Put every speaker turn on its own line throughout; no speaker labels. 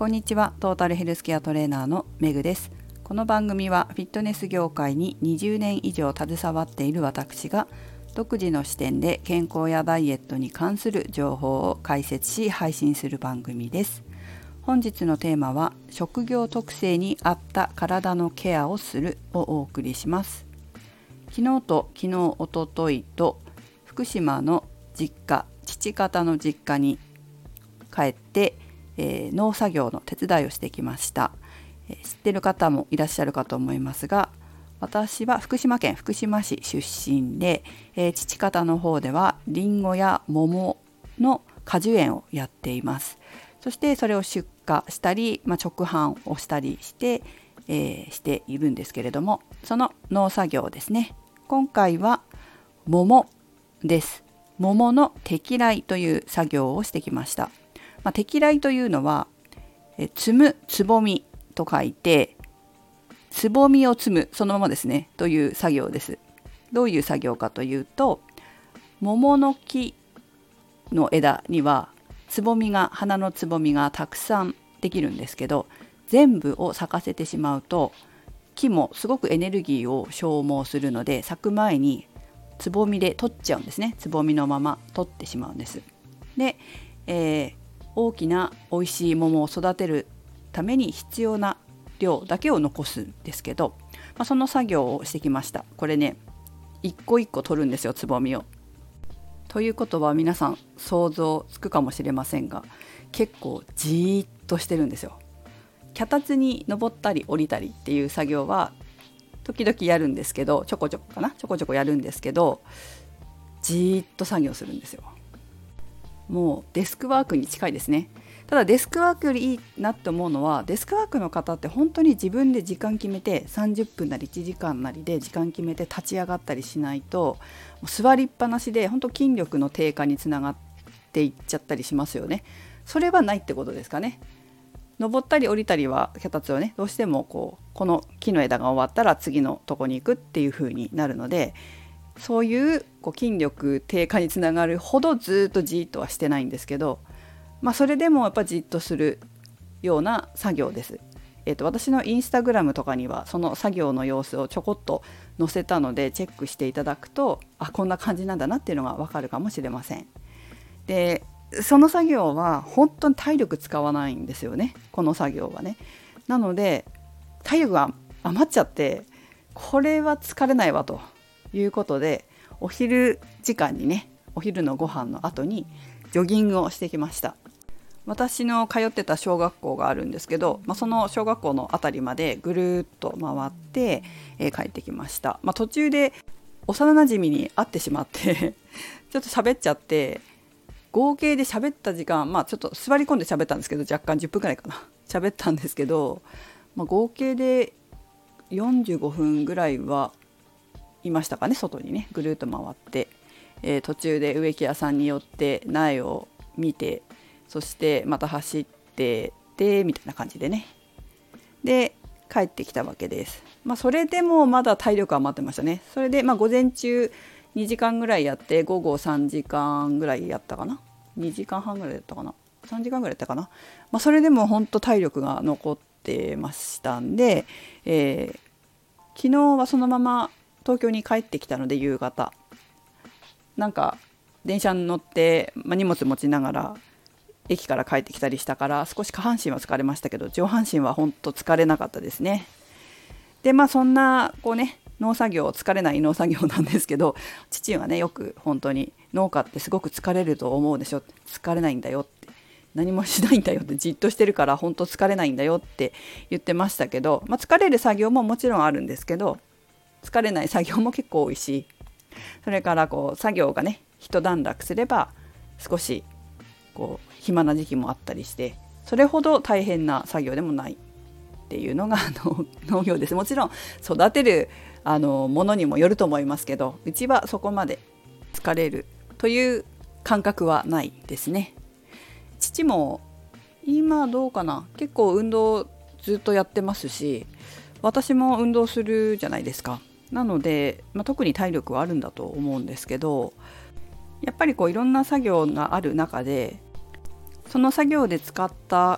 こんにちは。トータルヘルスケアトレーナーのめぐです。この番組はフィットネス業界に20年以上携わっている私が独自の視点で健康やダイエットに関する情報を解説し配信する番組です。本日のテーマは職業特性に合った体のケアをするをお送りします。昨日、おとといと福島の実家、父方の実家に帰って農作業の手伝いをしてきました。知ってる方もいらっしゃるかと思いますが、私は福島県福島市出身で、父方の方ではリンゴや桃の果樹園をやっています。そしてそれを出荷したり、直販をしたりして、しているんですけれども、その農作業ですね。今回は桃です。桃の手嫌いという作業をしてきました。手嫌いというのは摘むつぼみと書いてつぼみを摘むそのままですねという作業です。どういう作業かというと、桃の木の枝には花のつぼみがたくさんできるんですけど、全部を咲かせてしまうと木もすごくエネルギーを消耗するので、咲く前につぼみで取っちゃうんですね。つぼみのまま取ってしまうんです。で、大きな美味しい桃を育てるために必要な量だけを残すんですけど、その作業をしてきました。これね、一個一個取るんですよ、つぼみを。ということは皆さん想像つくかもしれませんが、結構じーっとしてるんですよ。脚立に登ったり降りたりっていう作業は時々やるんですけど、ちょこちょこやるんですけど、じーっと作業するんですよ。もうデスクワークに近いですね。ただデスクワークよりいいなって思うのは、デスクワークの方って本当に自分で時間決めて30分なり1時間なりで時間決めて立ち上がったりしないと、もう座りっぱなしで本当筋力の低下につながっていっちゃったりしますよね。それはないってことですかね。登ったり降りたりは脚立をね、どうしてもこの木の枝が終わったら次のとこに行くっていう風になるので、そういう筋力低下につながるほどずっとじっとはしてないんですけど、それでもやっぱじっとするような作業です。私のインスタグラムとかにはその作業の様子をちょこっと載せたので、チェックしていただくとこんな感じなんだなっていうのがわかるかもしれません。で、その作業は本当に体力使わないんですよね、この作業はね。なので体力が余っちゃって、これは疲れないわということで、お昼時間にね、お昼のご飯の後にジョギングをしてきました。私の通ってた小学校があるんですけど、その小学校のあたりまでぐるっと回って、帰ってきました。途中で幼なじみに会ってしまってちょっと喋っちゃって、合計で喋った時間、ちょっと座り込んで喋ったんですけど、若干10分くらいかな喋ったんですけど、合計で45分ぐらいはいましたかね。外にねぐるっと回って、途中で植木屋さんに寄って苗を見て、そしてまた走ってでみたいな感じでね、で帰ってきたわけです。それでもまだ体力は余ってましたね。それで午前中2時間ぐらいやって、午後3時間ぐらいやったかな、2時間半ぐらいやったかな、3時間ぐらいやったかな。それでも本当体力が残ってましたんで、昨日はそのまま東京に帰ってきたので、夕方電車に乗って、荷物持ちながら駅から帰ってきたりしたから、少し下半身は疲れましたけど、上半身は本当疲れなかったですね。でそんな農作業、疲れない農作業なんですけど、父はねよく本当に農家ってすごく疲れると思うでしょ、疲れないんだよって、何もしないんだよって、じっとしてるから本当疲れないんだよって言ってましたけど、疲れる作業ももちろんあるんですけど、疲れない作業も結構多いし、それから作業がね一段落すれば少し暇な時期もあったりして、それほど大変な作業でもないっていうのが農業です。もちろん育てるものにもよると思いますけど、うちはそこまで疲れるという感覚はないですね。父も今どうかな、結構運動ずっとやってますし、私も運動するじゃないですか。なので、特に体力はあるんだと思うんですけど、やっぱりいろんな作業がある中で、その作業で使った機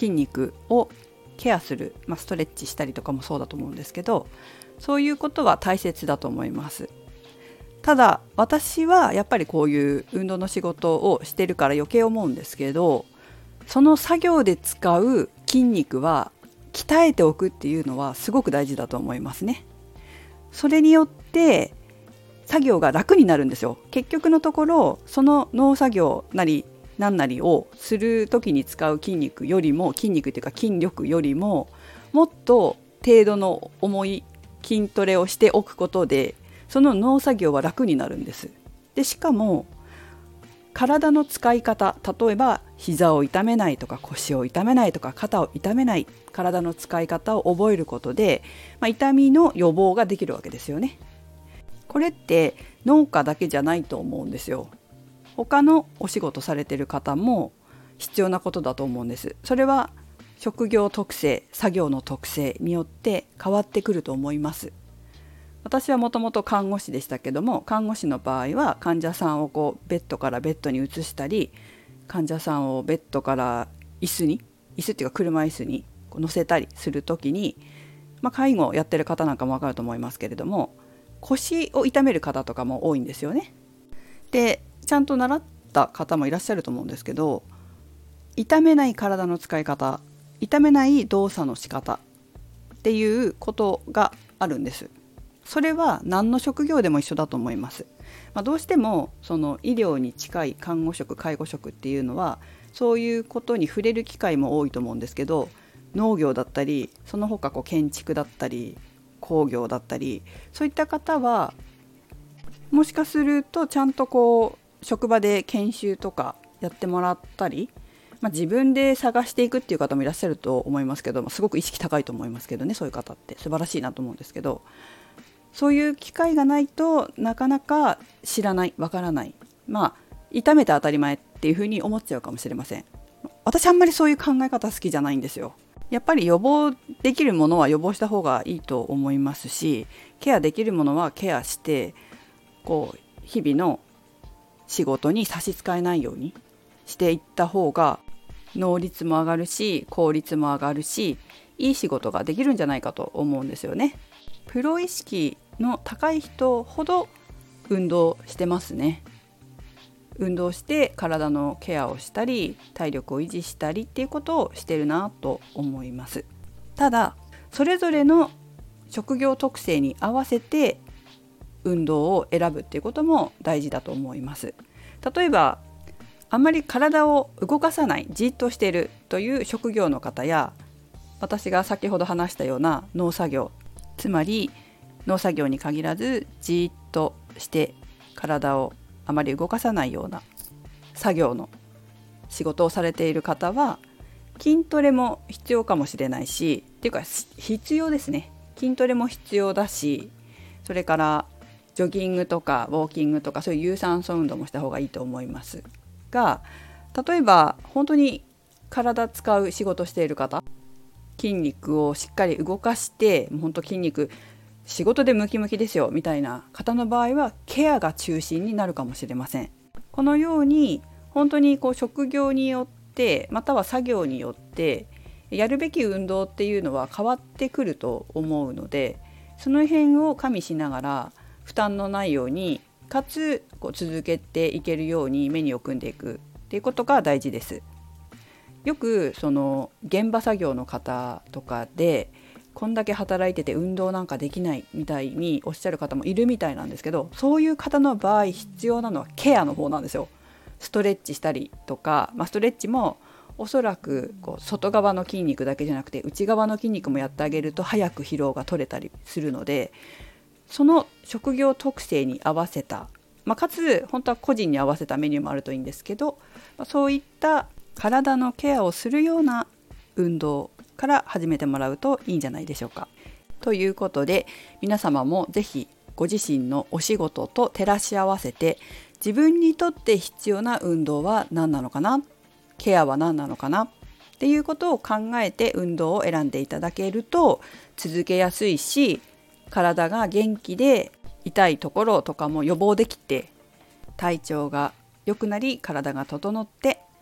筋肉をケアする、ストレッチしたりとかもそうだと思うんですけど、そういうことは大切だと思います。ただ私はやっぱりこういう運動の仕事をしてるから余計思うんですけど、その作業で使う筋肉は鍛えておくっていうのはすごく大事だと思いますね。それによって作業が楽になるんですよ。結局のところその農作業なり何なりをする時に使う筋肉よりも、筋肉っていうか筋力よりももっと程度の重い筋トレをしておくことで、その農作業は楽になるんです。でしかも体の使い方、例えば膝を痛めないとか腰を痛めないとか肩を痛めない体の使い方を覚えることで、痛みの予防ができるわけですよね。これって農家だけじゃないと思うんですよ。他のお仕事されてる方も必要なことだと思うんです。それは職業特性、作業の特性によって変わってくると思います。私はもともと看護師でしたけども、看護師の場合は患者さんをベッドからベッドに移したり、患者さんをベッドから椅子っていうか車椅子に乗せたりするときに、介護をやってる方なんかも分かると思いますけれども、腰を痛める方とかも多いんですよね。でちゃんと習った方もいらっしゃると思うんですけど、痛めない体の使い方、痛めない動作の仕方っていうことがあるんです。それは何の職業でも一緒だと思います。どうしてもその医療に近い看護職、介護職っていうのはそういうことに触れる機会も多いと思うんですけど、農業だったりその他建築だったり工業だったり、そういった方はもしかするとちゃんと職場で研修とかやってもらったり、自分で探していくっていう方もいらっしゃると思いますけど、すごく意識高いと思いますけどね、そういう方って素晴らしいなと思うんですけど、そういう機会がないとなかなか知らない、わからない、痛めて当たり前っていうふうに思っちゃうかもしれません。私あんまりそういう考え方好きじゃないんですよ。やっぱり予防できるものは予防した方がいいと思いますし、ケアできるものはケアして日々の仕事に差し支えないようにしていった方が能率も上がるし効率も上がるし、いい仕事ができるんじゃないかと思うんですよね。プロ意識の高い人ほど運動してますね。運動して体のケアをしたり体力を維持したりっていうことをしてるなと思います。ただそれぞれの職業特性に合わせて運動を選ぶっていうことも大事だと思います。例えばあんまり体を動かさない、じっとしているという職業の方や、私が先ほど話したような農作業、つまり農作業に限らずじっとして体をあまり動かさないような作業の仕事をされている方は筋トレも必要かもしれないし、っていうか必要ですね。筋トレも必要だし、それからジョギングとかウォーキングとかそういう有酸素運動もした方がいいと思いますが、例えば本当に体使う仕事している方、筋肉をしっかり動かして本当筋肉仕事でムキムキですよみたいな方の場合はケアが中心になるかもしれません。このように本当に職業によってまたは作業によってやるべき運動っていうのは変わってくると思うので、その辺を加味しながら負担のないようにかつ続けていけるようにメニューを組んでいくっていうことが大事です。よくその現場作業の方とかでこんだけ働いてて運動なんかできないみたいにおっしゃる方もいるみたいなんですけど、そういう方の場合必要なのはケアの方なんですよ。ストレッチしたりとか、ストレッチもおそらく外側の筋肉だけじゃなくて内側の筋肉もやってあげると早く疲労が取れたりするので、その職業特性に合わせた、かつ本当は個人に合わせたメニューもあるといいんですけど、そういった体のケアをするような運動から始めてもらうといいんじゃないでしょうか。ということで皆様もぜひご自身のお仕事と照らし合わせて自分にとって必要な運動は何なのかな、ケアは何なのかなっていうことを考えて運動を選んでいただけると続けやすいし、体が元気で痛いところとかも予防できて体調が良くなり体が整って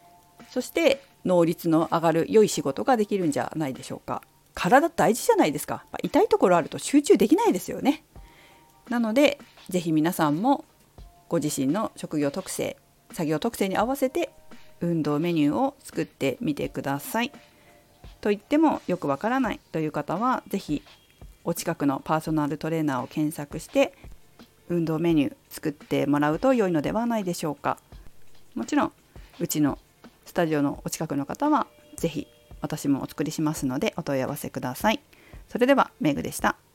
そして能率の上がる良い仕事ができるんじゃないでしょうか。体大事じゃないですか。痛いところあると集中できないですよね。なのでぜひ皆さんもご自身の職業特性、作業特性に合わせて運動メニューを作ってみてください。と言ってもよくわからないという方はぜひお近くのパーソナルトレーナーを検索して運動メニュー作ってもらうと良いのではないでしょうか。もちろんうちのスタジオのお近くの方はぜひ私もお作りしますのでお問い合わせください。それではメグでした。